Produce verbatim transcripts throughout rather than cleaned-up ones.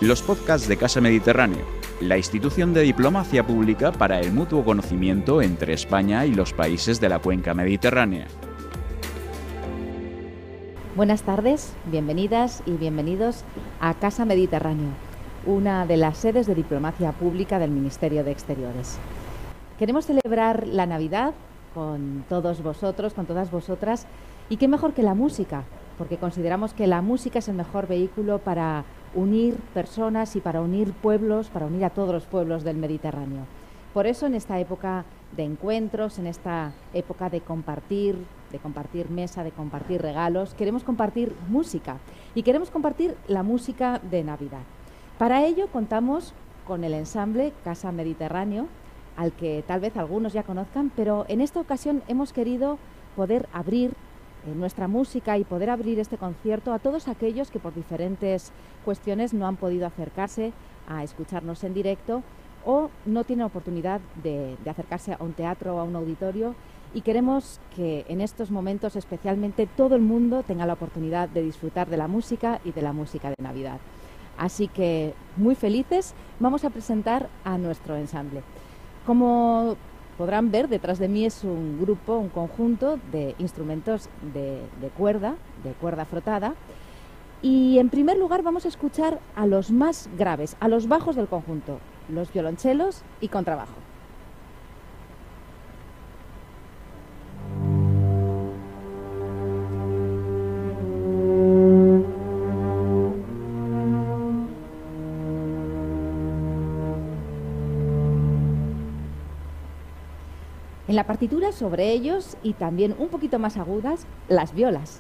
Los podcasts de Casa Mediterráneo, la institución de diplomacia pública para el mutuo conocimiento entre España y los países de la cuenca mediterránea. Buenas tardes, bienvenidas y bienvenidos a Casa Mediterráneo, una de las sedes de diplomacia pública del Ministerio de Exteriores. Queremos celebrar la Navidad con todos vosotros, con todas vosotras, y qué mejor que la música, porque consideramos que la música es el mejor vehículo para unir personas y para unir pueblos, para unir a todos los pueblos del Mediterráneo. Por eso, en esta época de encuentros, en esta época de compartir, de compartir mesa, de compartir regalos, queremos compartir música y queremos compartir la música de Navidad. Para ello contamos con el ensamble Casa Mediterráneo, al que tal vez algunos ya conozcan, pero en esta ocasión hemos querido poder abrir eh, nuestra música y poder abrir este concierto a todos aquellos que por diferentes cuestiones no han podido acercarse a escucharnos en directo o no tienen oportunidad de, de acercarse a un teatro o a un auditorio, y queremos que en estos momentos especialmente todo el mundo tenga la oportunidad de disfrutar de la música y de la música de Navidad. Así que, muy felices, vamos a presentar a nuestro ensamble. Como podrán ver, detrás de mí es un grupo, un conjunto de instrumentos de, de cuerda, de cuerda frotada. Y en primer lugar vamos a escuchar a los más graves, a los bajos del conjunto, los violonchelos y contrabajo. En la partitura, sobre ellos, y también un poquito más agudas, las violas.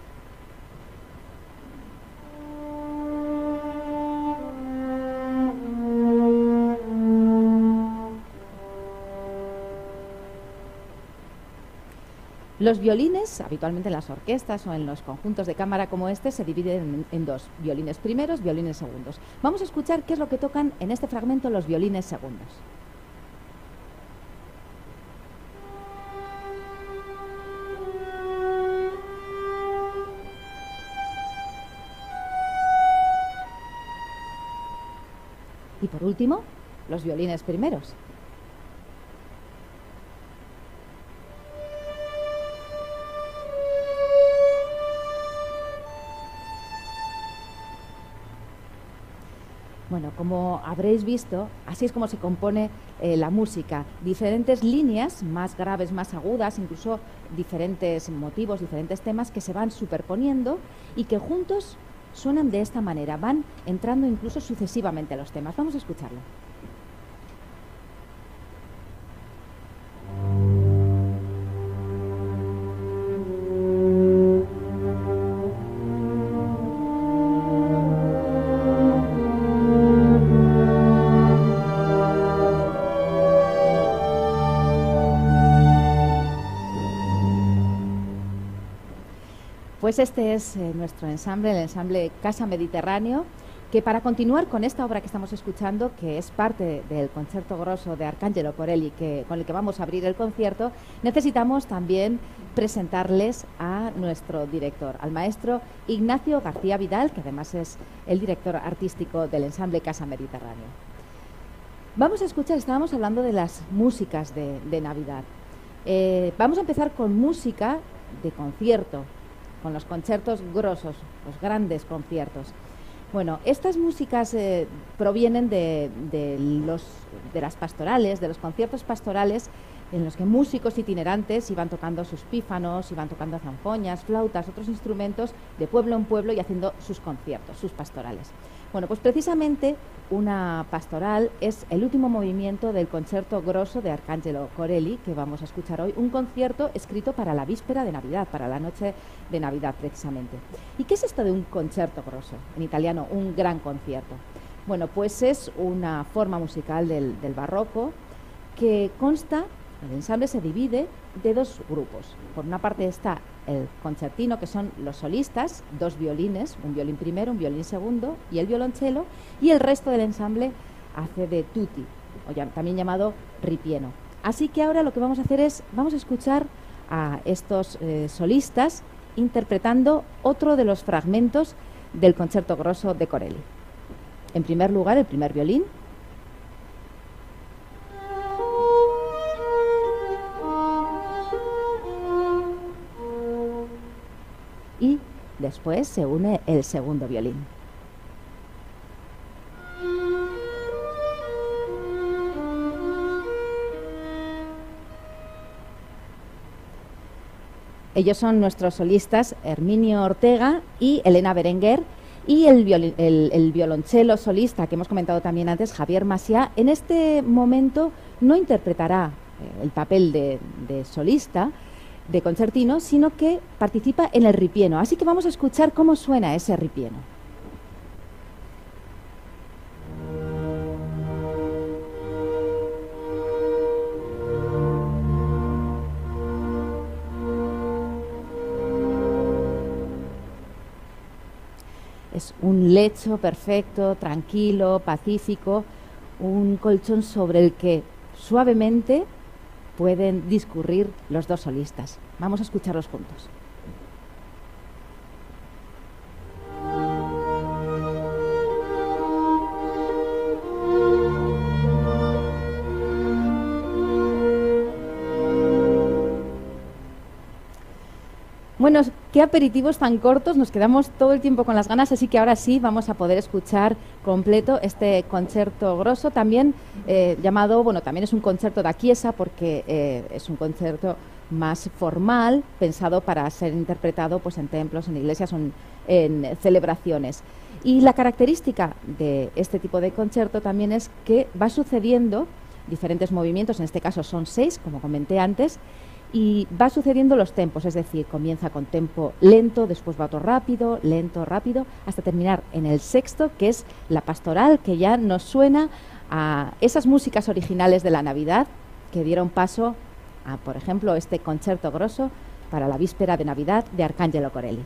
Los violines, habitualmente en las orquestas o en los conjuntos de cámara como este, se dividen en, en dos, violines primeros, violines segundos. Vamos a escuchar qué es lo que tocan en este fragmento los violines segundos. Y por último, los violines primeros. Bueno, como habréis visto, así es como se compone eh, la música. Diferentes líneas, más graves, más agudas, incluso diferentes motivos, diferentes temas que se van superponiendo y que juntos suenan de esta manera, van entrando incluso sucesivamente a los temas. Vamos a escucharlo. Pues este es eh, nuestro ensamble, el ensamble Casa Mediterráneo, que para continuar con esta obra que estamos escuchando, que es parte del Concerto Grosso de Arcangelo Corelli, que, con el que vamos a abrir el concierto, necesitamos también presentarles a nuestro director, al maestro Ignacio García Vidal, que además es el director artístico del ensamble Casa Mediterráneo. Vamos a escuchar, estábamos hablando de las músicas de, de Navidad. Eh, vamos a empezar con música de concierto, con los conciertos grosos, los grandes conciertos. Bueno, estas músicas eh, provienen de, de, los, de las pastorales, de los conciertos pastorales, en los que músicos itinerantes iban tocando sus pífanos, iban tocando zanfoñas, flautas, otros instrumentos de pueblo en pueblo y haciendo sus conciertos, sus pastorales. Bueno, pues precisamente una pastoral es el último movimiento del Concerto Grosso de Arcangelo Corelli, que vamos a escuchar hoy, un concierto escrito para la víspera de Navidad, para la noche de Navidad precisamente. ¿Y qué es esto de un concerto grosso? En italiano, un gran concierto. Bueno, pues es una forma musical del, del barroco que consta, el ensamble se divide de dos grupos. Por una parte está el concertino, que son los solistas, dos violines, un violín primero, un violín segundo y el violonchelo, y el resto del ensamble hace de tutti, o ya, también llamado ripieno. Así que ahora lo que vamos a hacer es, vamos a escuchar a estos eh, solistas interpretando otro de los fragmentos del Concerto Grosso de Corelli. En primer lugar, el primer violín. Y después se une el segundo violín. Ellos son nuestros solistas Herminio Ortega y Elena Berenguer, y el, viol el, el violonchelo solista que hemos comentado también antes, Javier Macià, en este momento no interpretará eh, el papel de, de solista, de concertino, sino que participa en el ripieno. Así que vamos a escuchar cómo suena ese ripieno. Es un lecho perfecto, tranquilo, pacífico, un colchón sobre el que suavemente pueden discurrir los dos solistas. Vamos a escucharlos juntos. Bueno, qué aperitivos tan cortos, nos quedamos todo el tiempo con las ganas, así que ahora sí vamos a poder escuchar completo este concerto grosso, también eh, llamado, bueno, también es un concerto da chiesa porque eh, es un concerto más formal, pensado para ser interpretado pues en templos, en iglesias o en, en celebraciones. Y la característica de este tipo de concierto también es que va sucediendo diferentes movimientos, en este caso son seis, como comenté antes, y va sucediendo los tempos, es decir, comienza con tempo lento, después va otro rápido, lento, rápido, hasta terminar en el sexto, que es la pastoral, que ya nos suena a esas músicas originales de la Navidad que dieron paso a, por ejemplo, este concerto grosso para la víspera de Navidad de Arcangelo Corelli.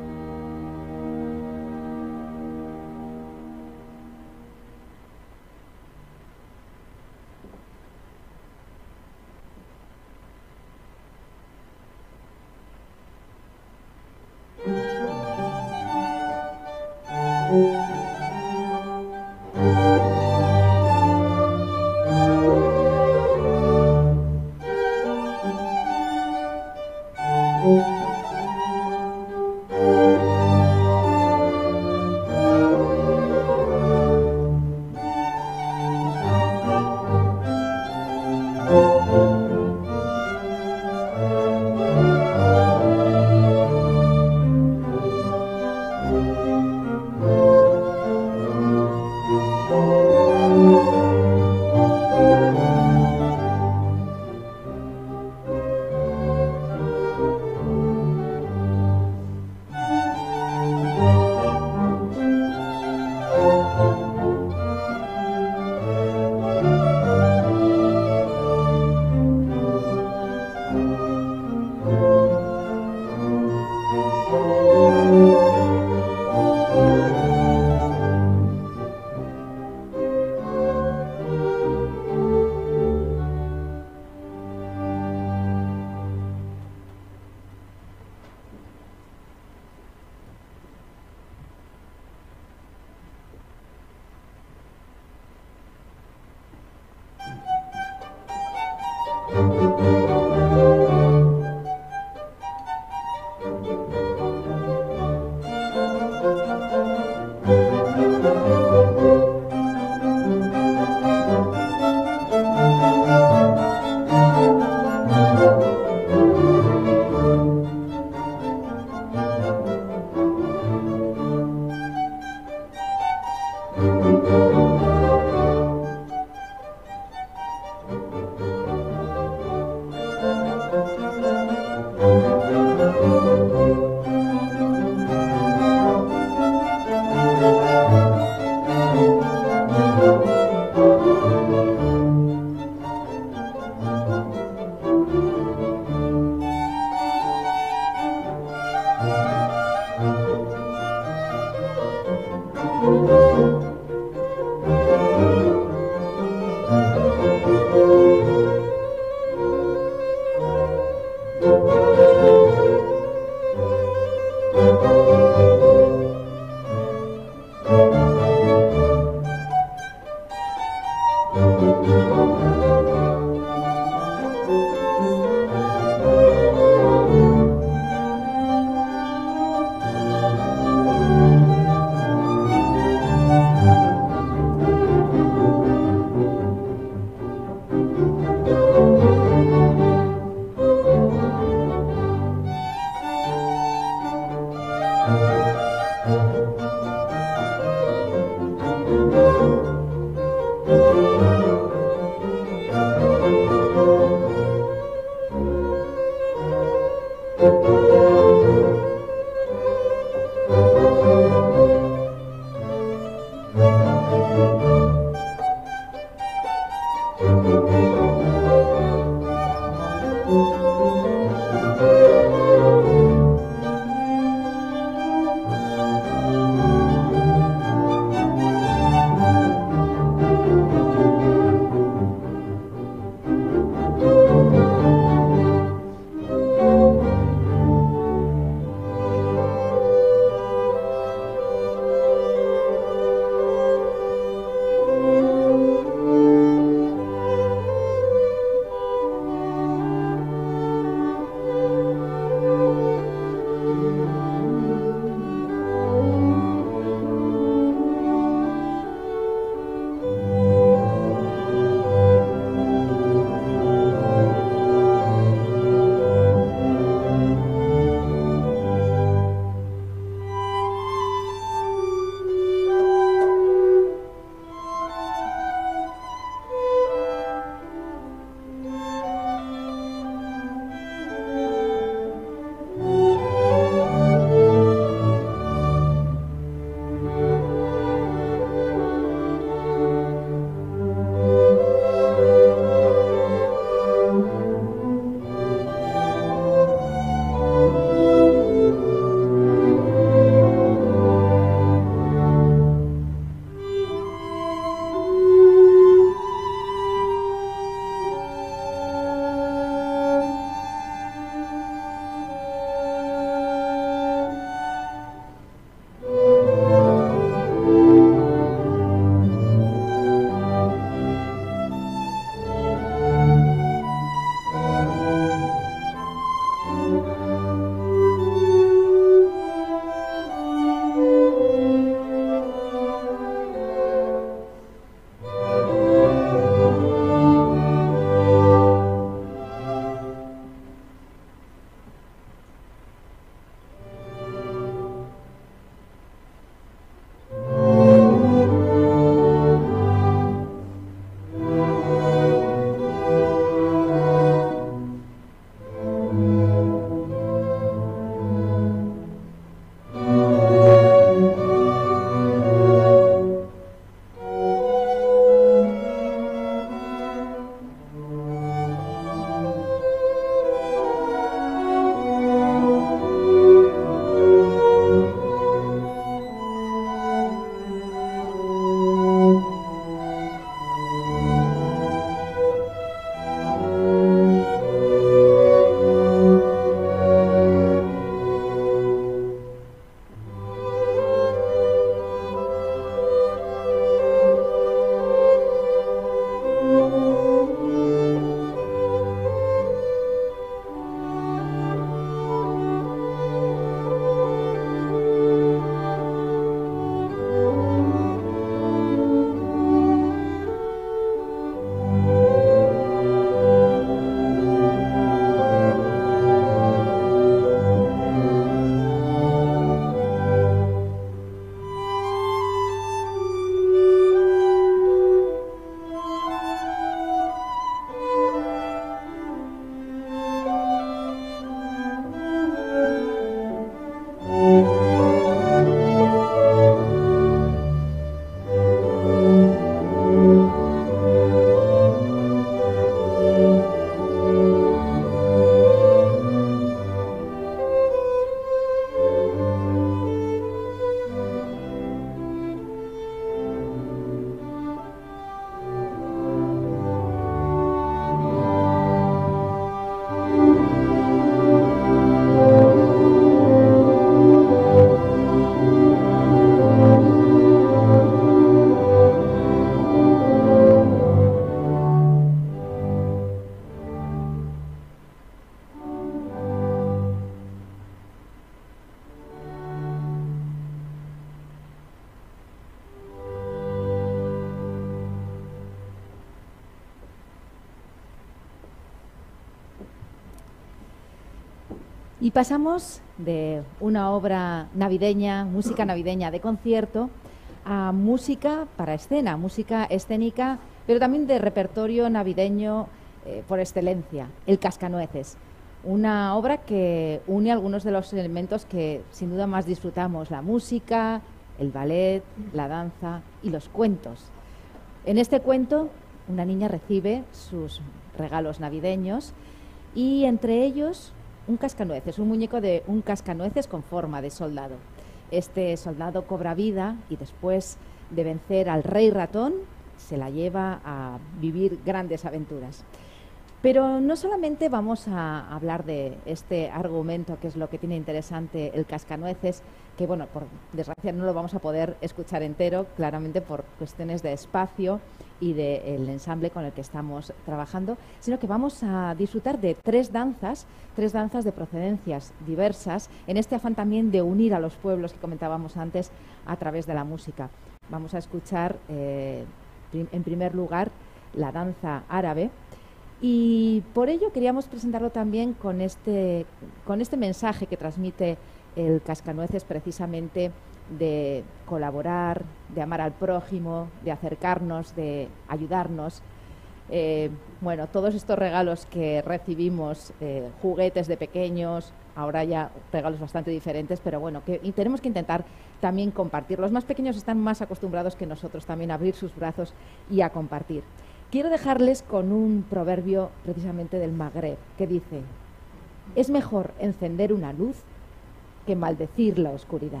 Y pasamos de una obra navideña, música navideña de concierto, a música para escena, música escénica, pero también de repertorio navideño eh, por excelencia, El Cascanueces. Una obra que une algunos de los elementos que sin duda más disfrutamos, la música, el ballet, la danza y los cuentos. En este cuento, una niña recibe sus regalos navideños y entre ellos un cascanueces, un muñeco de un cascanueces con forma de soldado. Este soldado cobra vida y después de vencer al rey ratón se la lleva a vivir grandes aventuras. Pero no solamente vamos a hablar de este argumento, que es lo que tiene interesante El Cascanueces, que bueno, por desgracia no lo vamos a poder escuchar entero, claramente por cuestiones de espacio y del ensamble con el que estamos trabajando, sino que vamos a disfrutar de tres danzas, tres danzas de procedencias diversas, en este afán también de unir a los pueblos que comentábamos antes a través de la música. Vamos a escuchar, eh, en primer lugar, la danza árabe, y por ello queríamos presentarlo también con este, con este mensaje que transmite El Cascanueces, precisamente de colaborar, de amar al prójimo, de acercarnos, de ayudarnos. Eh, bueno, todos estos regalos que recibimos, eh, juguetes de pequeños, ahora ya regalos bastante diferentes, pero bueno, que tenemos que intentar también compartir. Los más pequeños están más acostumbrados que nosotros también a abrir sus brazos y a compartir. Quiero dejarles con un proverbio precisamente del Magreb que dice: es mejor encender una luz que maldecir la oscuridad.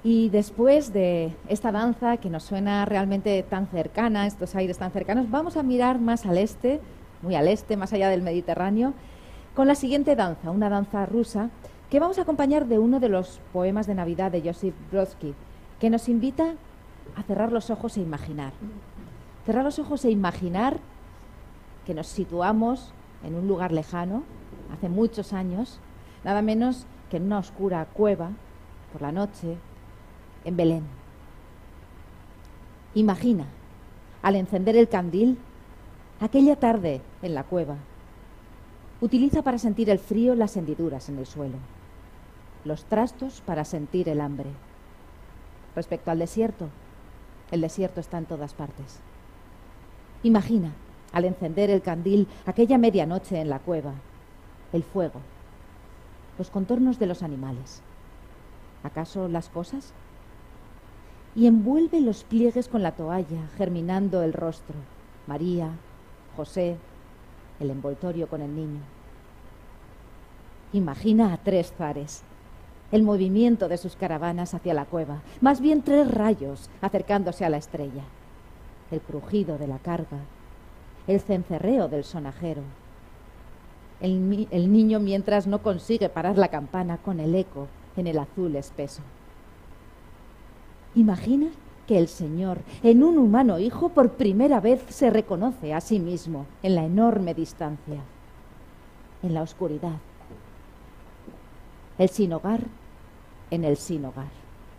Y después de esta danza que nos suena realmente tan cercana, estos aires tan cercanos, vamos a mirar más al este, muy al este, más allá del Mediterráneo, con la siguiente danza, una danza rusa, que vamos a acompañar de uno de los poemas de Navidad de Josip Brodsky, que nos invita a cerrar los ojos e imaginar. Cerrar los ojos e imaginar que nos situamos en un lugar lejano, hace muchos años, nada menos que en una oscura cueva, por la noche, en Belén. Imagina, al encender el candil, aquella tarde en la cueva. Utiliza para sentir el frío las hendiduras en el suelo, los trastos para sentir el hambre. Respecto al desierto, el desierto está en todas partes. Imagina, al encender el candil, aquella medianoche en la cueva, el fuego, los contornos de los animales. ¿Acaso las cosas? Y envuelve los pliegues con la toalla, germinando el rostro. María, José, el envoltorio con el niño. Imagina a tres zares, el movimiento de sus caravanas hacia la cueva, más bien tres rayos acercándose a la estrella, el crujido de la carga, el cencerreo del sonajero, el, el niño mientras no consigue parar la campana con el eco en el azul espeso. Imagina que el Señor, en un humano hijo, por primera vez se reconoce a sí mismo en la enorme distancia, en la oscuridad. El sin hogar en el sin hogar.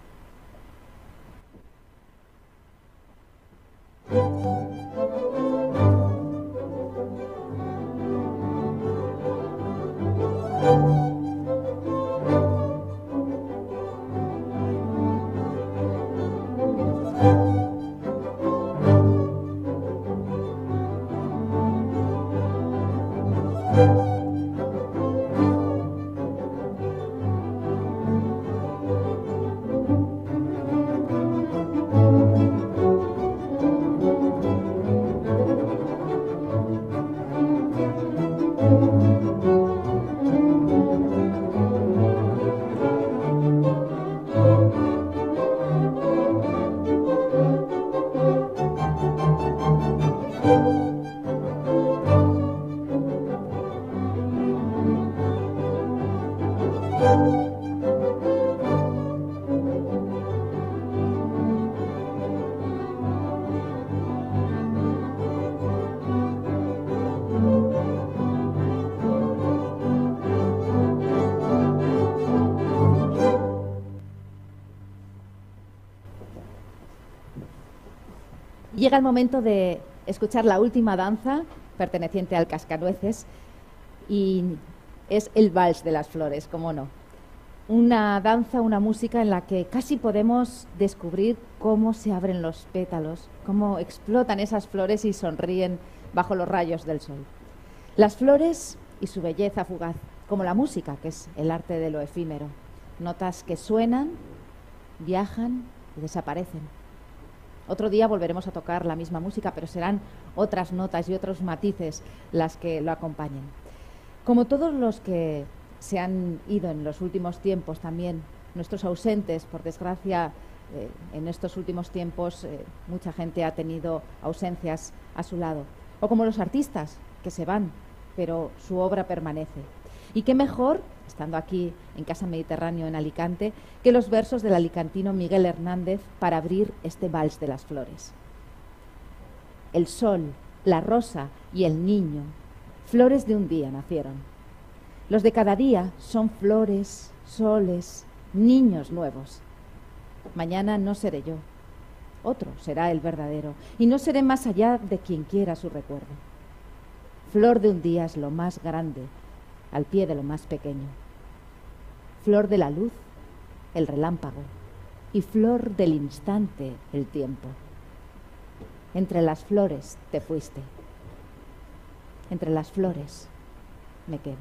Llega el momento de escuchar la última danza perteneciente al Cascanueces y es el Vals de las Flores, cómo no. Una danza, una música en la que casi podemos descubrir cómo se abren los pétalos, cómo explotan esas flores y sonríen bajo los rayos del sol. Las flores y su belleza fugaz, como la música, que es el arte de lo efímero. Notas que suenan, viajan y desaparecen. Otro día volveremos a tocar la misma música, pero serán otras notas y otros matices las que lo acompañen. Como todos los que se han ido en los últimos tiempos también, nuestros ausentes, por desgracia, eh, en estos últimos tiempos eh, mucha gente ha tenido ausencias a su lado. O como los artistas que se van, pero su obra permanece. Y qué mejor, estando aquí en Casa Mediterráneo en Alicante, que los versos del alicantino Miguel Hernández para abrir este Vals de las Flores. El sol, la rosa y el niño, flores de un día nacieron. Los de cada día son flores, soles, niños nuevos. Mañana no seré yo, otro será el verdadero, y no seré más allá de quien quiera su recuerdo. Flor de un día es lo más grande, al pie de lo más pequeño. Flor de la luz, el relámpago, y flor del instante, el tiempo. Entre las flores te fuiste, entre las flores me quedo.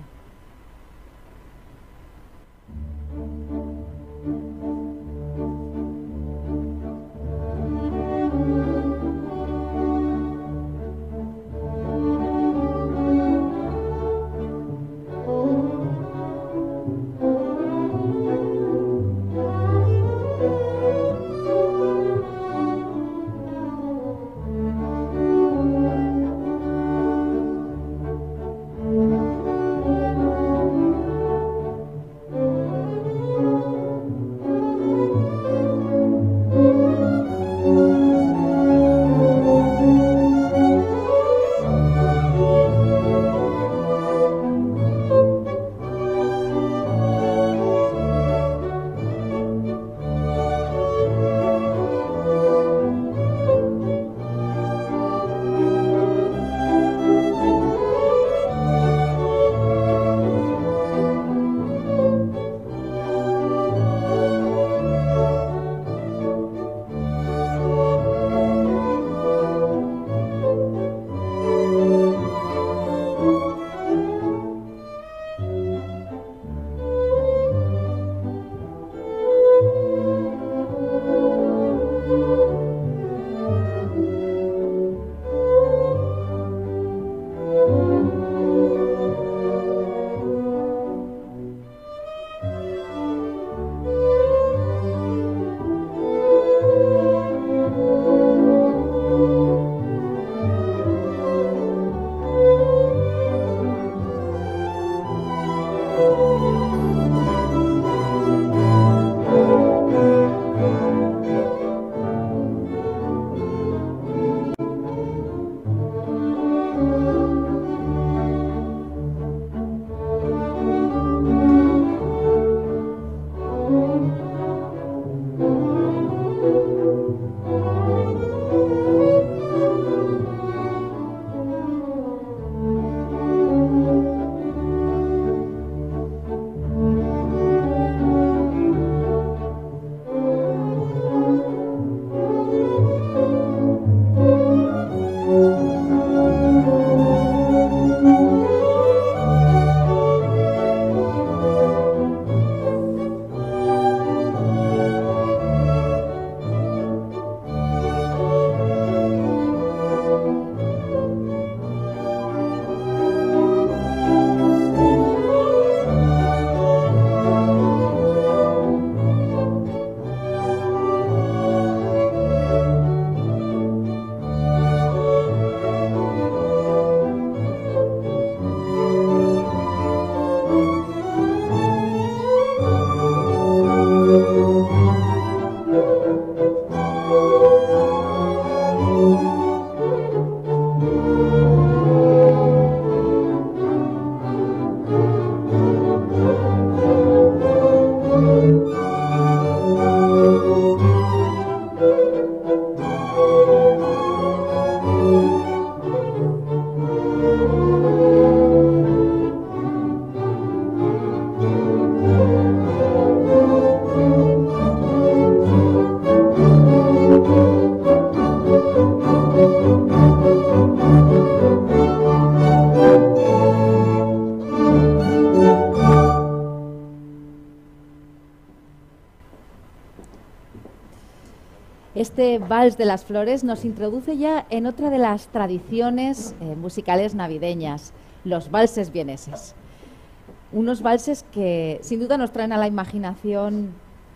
Este Vals de las Flores nos introduce ya en otra de las tradiciones eh, musicales navideñas, los valses vieneses. Unos valses que sin duda nos traen a la imaginación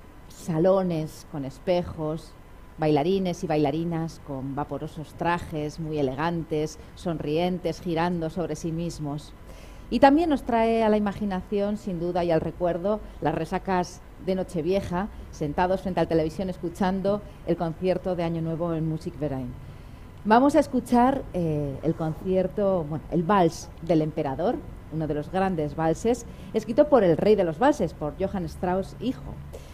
salones con espejos, bailarines y bailarinas con vaporosos trajes muy elegantes, sonrientes, girando sobre sí mismos. Y también nos trae a la imaginación, sin duda, y al recuerdo, las resacas de Nochevieja, sentados frente a la televisión escuchando el concierto de Año Nuevo en Musikverein. Vamos a escuchar eh, el concierto, bueno, el Vals del Emperador, uno de los grandes valses, escrito por el rey de los valses, por Johann Strauss, hijo.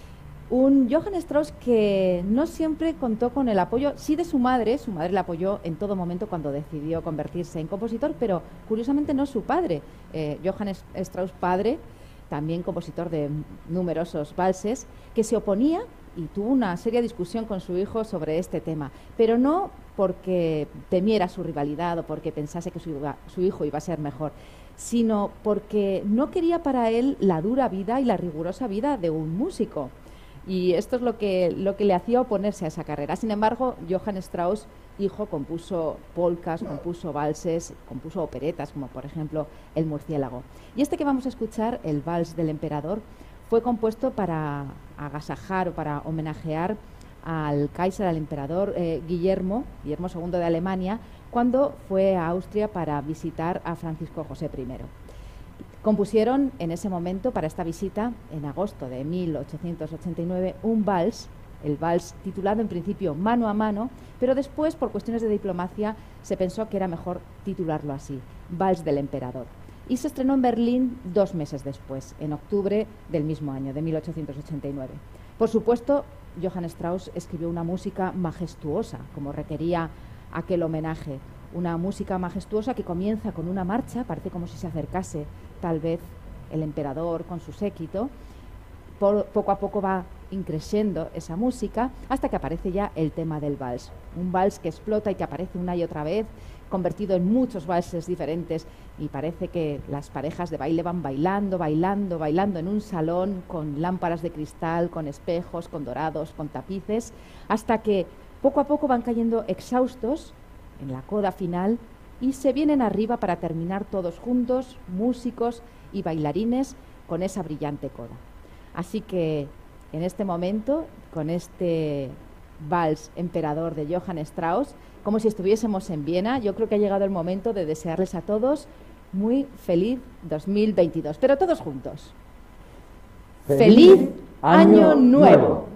Un Johann Strauss que no siempre contó con el apoyo, sí de su madre, su madre le apoyó en todo momento cuando decidió convertirse en compositor, pero curiosamente no su padre. Eh, Johann Strauss padre, también compositor de numerosos valses, que se oponía y tuvo una seria discusión con su hijo sobre este tema, pero no porque temiera su rivalidad o porque pensase que su, su hijo iba a ser mejor, sino porque no quería para él la dura vida y la rigurosa vida de un músico. Y esto es lo que, lo que le hacía oponerse a esa carrera. Sin embargo, Johann Strauss, hijo, compuso polcas, compuso valses, compuso operetas, como por ejemplo El Murciélago. Y este que vamos a escuchar, el Vals del Emperador, fue compuesto para agasajar o para homenajear al Kaiser, al emperador eh, Guillermo, Guillermo segundo de Alemania, cuando fue a Austria para visitar a Francisco José primero. Compusieron en ese momento, para esta visita, en agosto de mil ochocientos ochenta y nueve, un vals, el vals titulado en principio Mano a Mano, pero después, por cuestiones de diplomacia, se pensó que era mejor titularlo así, Vals del Emperador. Y se estrenó en Berlín dos meses después, en octubre del mismo año, de mil ochocientos ochenta y nueve. Por supuesto, Johann Strauss escribió una música majestuosa, como requería aquel homenaje, una música majestuosa que comienza con una marcha, parece como si se acercase tal vez el emperador con su séquito. Por, poco a poco va increciendo esa música hasta que aparece ya el tema del vals, un vals que explota y que aparece una y otra vez, convertido en muchos valses diferentes, y parece que las parejas de baile van bailando, bailando, bailando en un salón con lámparas de cristal, con espejos, con dorados, con tapices, hasta que poco a poco van cayendo exhaustos en la coda final y se vienen arriba para terminar todos juntos, músicos y bailarines, con esa brillante coda. Así que en este momento, con este Vals Emperador de Johann Strauss, como si estuviésemos en Viena, yo creo que ha llegado el momento de desearles a todos muy feliz dos mil veintidós, pero todos juntos. ¡Feliz, ¡Feliz Año, Año Nuevo! nuevo.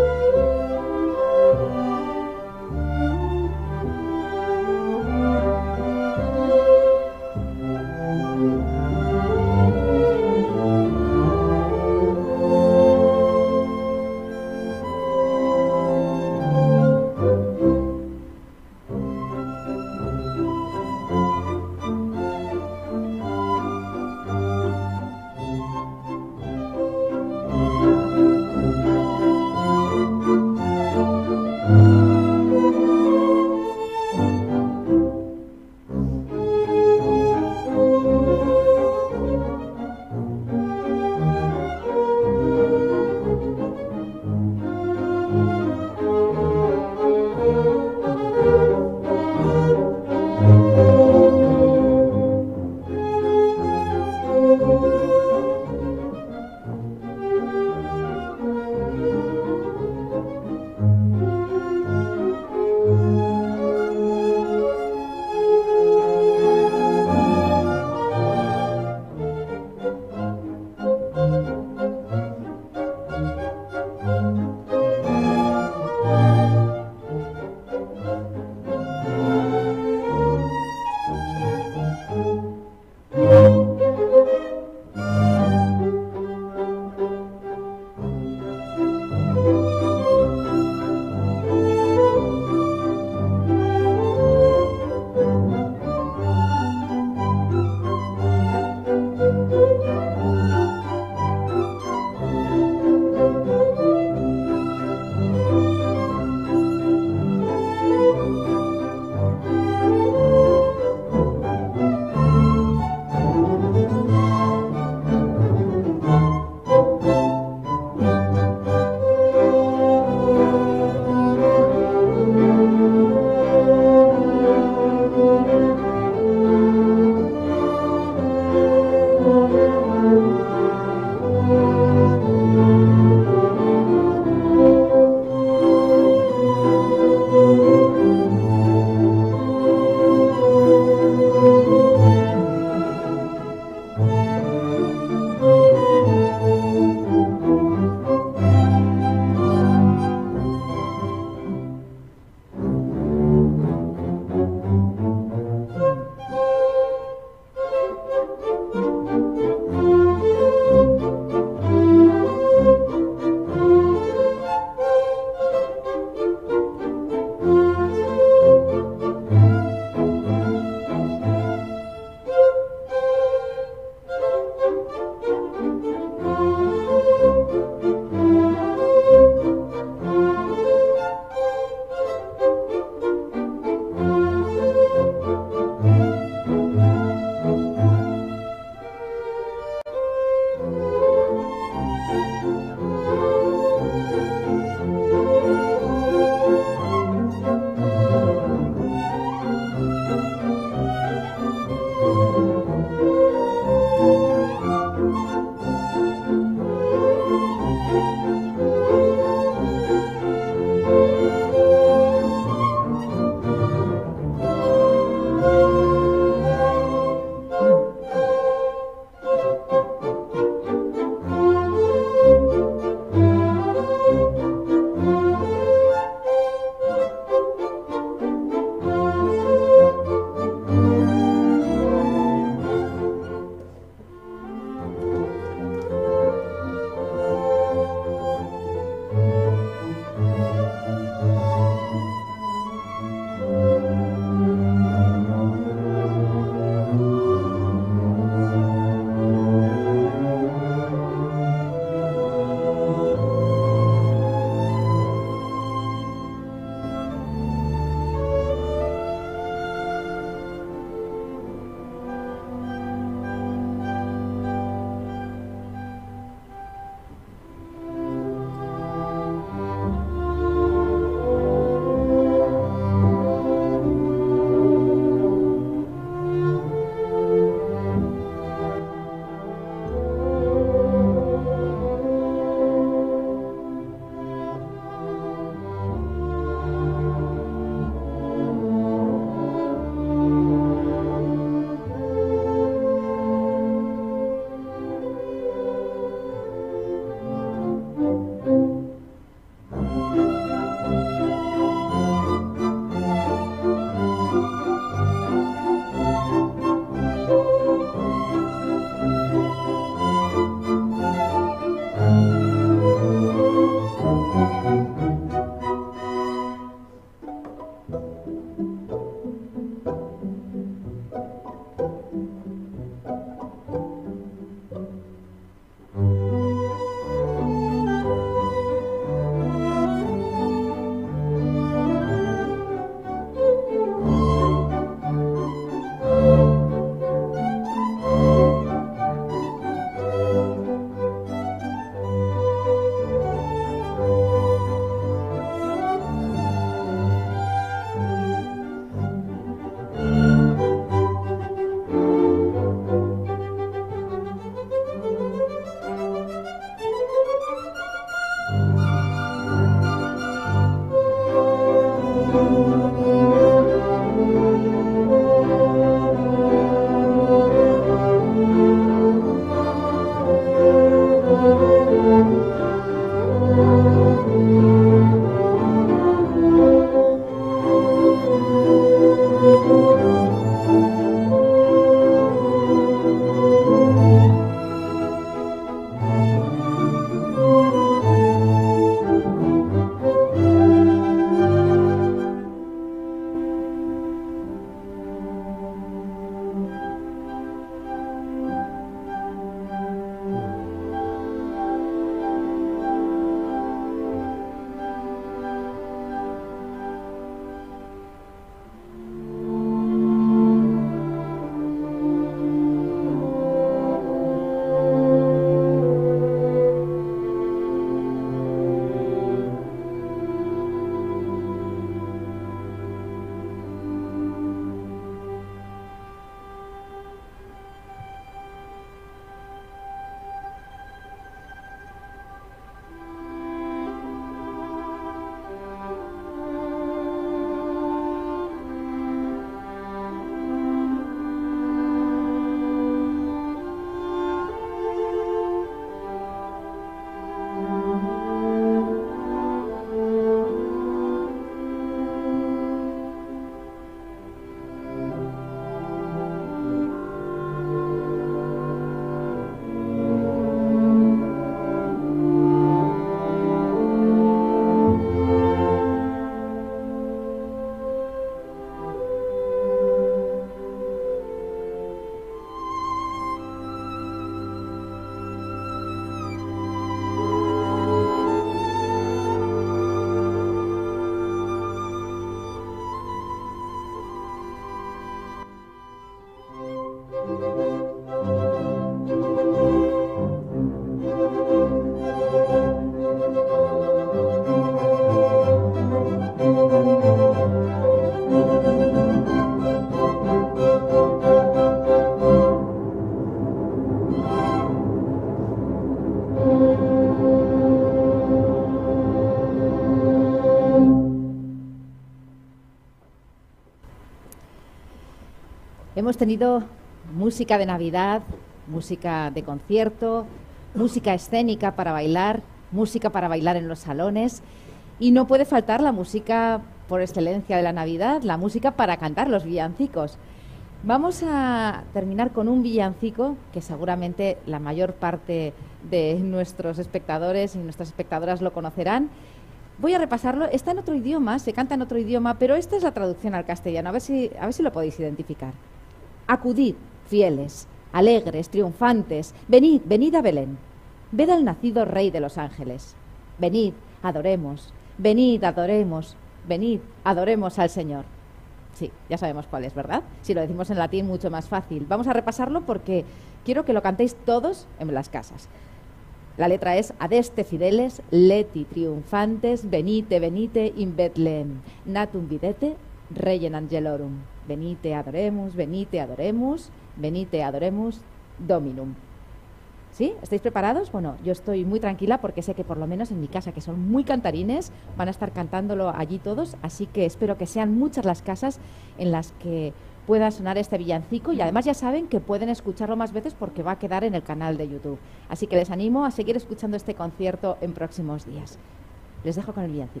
Hemos tenido música de Navidad, música de concierto, música escénica para bailar, música para bailar en los salones, y no puede faltar la música por excelencia de la Navidad, la música para cantar los villancicos. Vamos a terminar con un villancico que seguramente la mayor parte de nuestros espectadores y nuestras espectadoras lo conocerán. Voy a repasarlo, está en otro idioma, se canta en otro idioma, pero esta es la traducción al castellano, a ver si, a ver si lo podéis identificar. Acudid, fieles, alegres, triunfantes, venid, venid a Belén, ved al nacido Rey de los ángeles, venid, adoremos, venid, adoremos, venid, adoremos al Señor. Sí, ya sabemos cuál es, ¿verdad? Si lo decimos en latín, mucho más fácil. Vamos a repasarlo porque quiero que lo cantéis todos en las casas. La letra es Adeste fideles, leti triunfantes, venite, venite in Betlehem, natum videte, rey en angelorum. Venite, adoremus, venite, adoremus, venite, adoremus, dominum. ¿Sí? ¿Estáis preparados? Bueno, yo estoy muy tranquila porque sé que por lo menos en mi casa, que son muy cantarines, van a estar cantándolo allí todos, así que espero que sean muchas las casas en las que pueda sonar este villancico, y además ya saben que pueden escucharlo más veces porque va a quedar en el canal de YouTube. Así que les animo a seguir escuchando este concierto en próximos días. Les dejo con el villancico.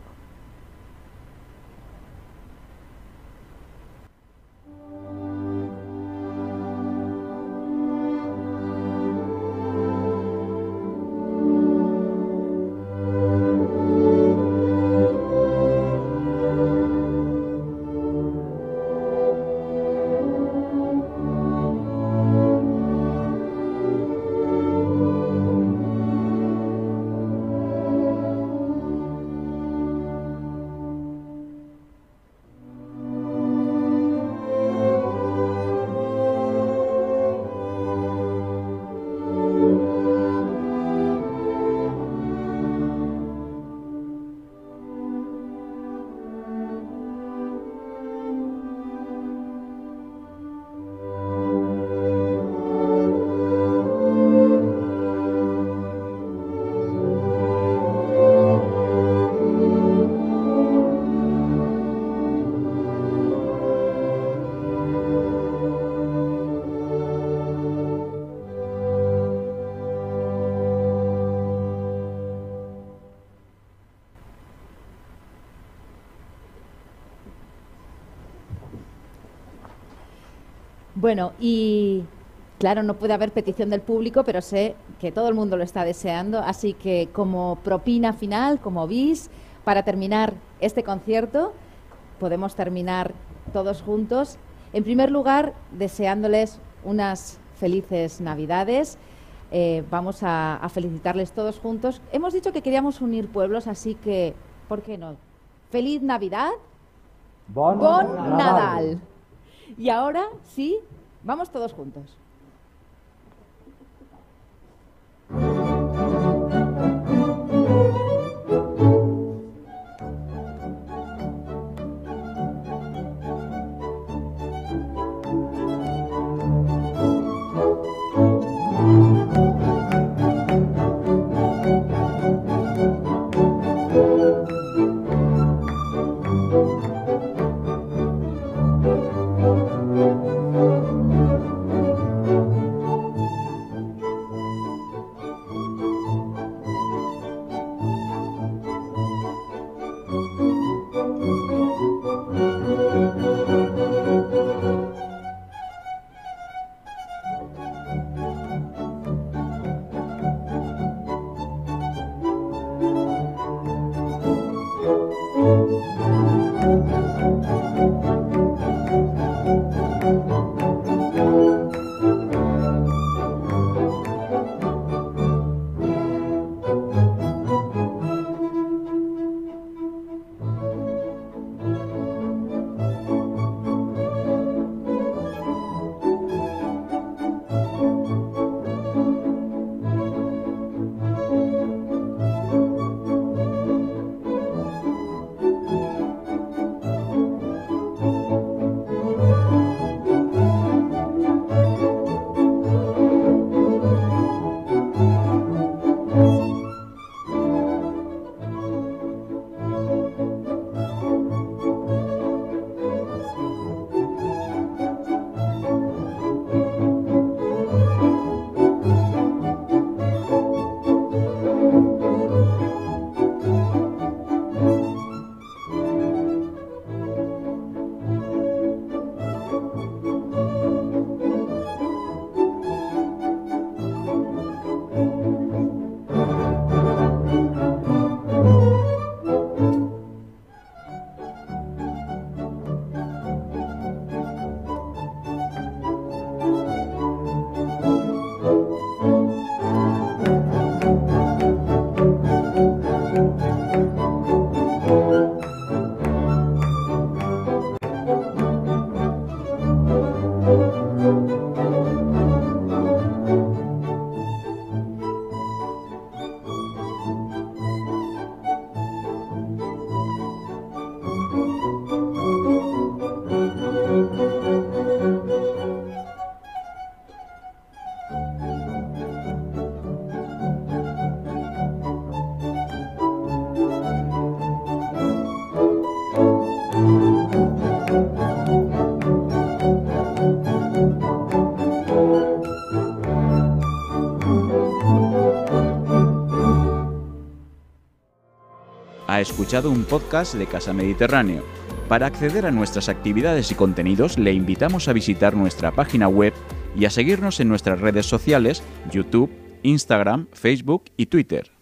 Bueno, y claro, no puede haber petición del público, pero sé que todo el mundo lo está deseando, así que como propina final, como bis, para terminar este concierto, podemos terminar todos juntos. En primer lugar, deseándoles unas felices Navidades. Eh, vamos a, a felicitarles todos juntos. Hemos dicho que queríamos unir pueblos, así que, ¿por qué no? ¡Feliz Navidad! Bon, ¡Bon Nadal! Nadal! Y ahora, sí, vamos todos juntos. Ha escuchado un podcast de Casa Mediterráneo. Para acceder a nuestras actividades y contenidos, le invitamos a visitar nuestra página web y a seguirnos en nuestras redes sociales, YouTube, Instagram, Facebook y Twitter.